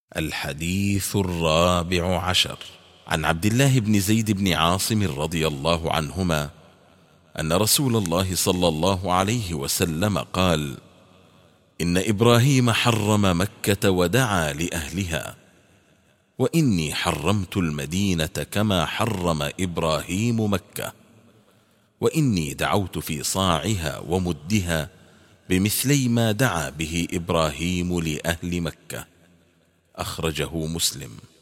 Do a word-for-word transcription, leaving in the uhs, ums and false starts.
الحديث الرابع عشر عن عبد الله بن زيد بن عاصم رضي الله عنهما أن رسول الله صلى الله عليه وسلم قال: إن إبراهيم حرم مكة ودعا لأهلها، وإني حرمت المدينة كما حرم إبراهيم مكة، وإني دعوت في صاعها ومدها بمثلي ما دعا به إبراهيم لأهل مكة. أخرجه مسلم.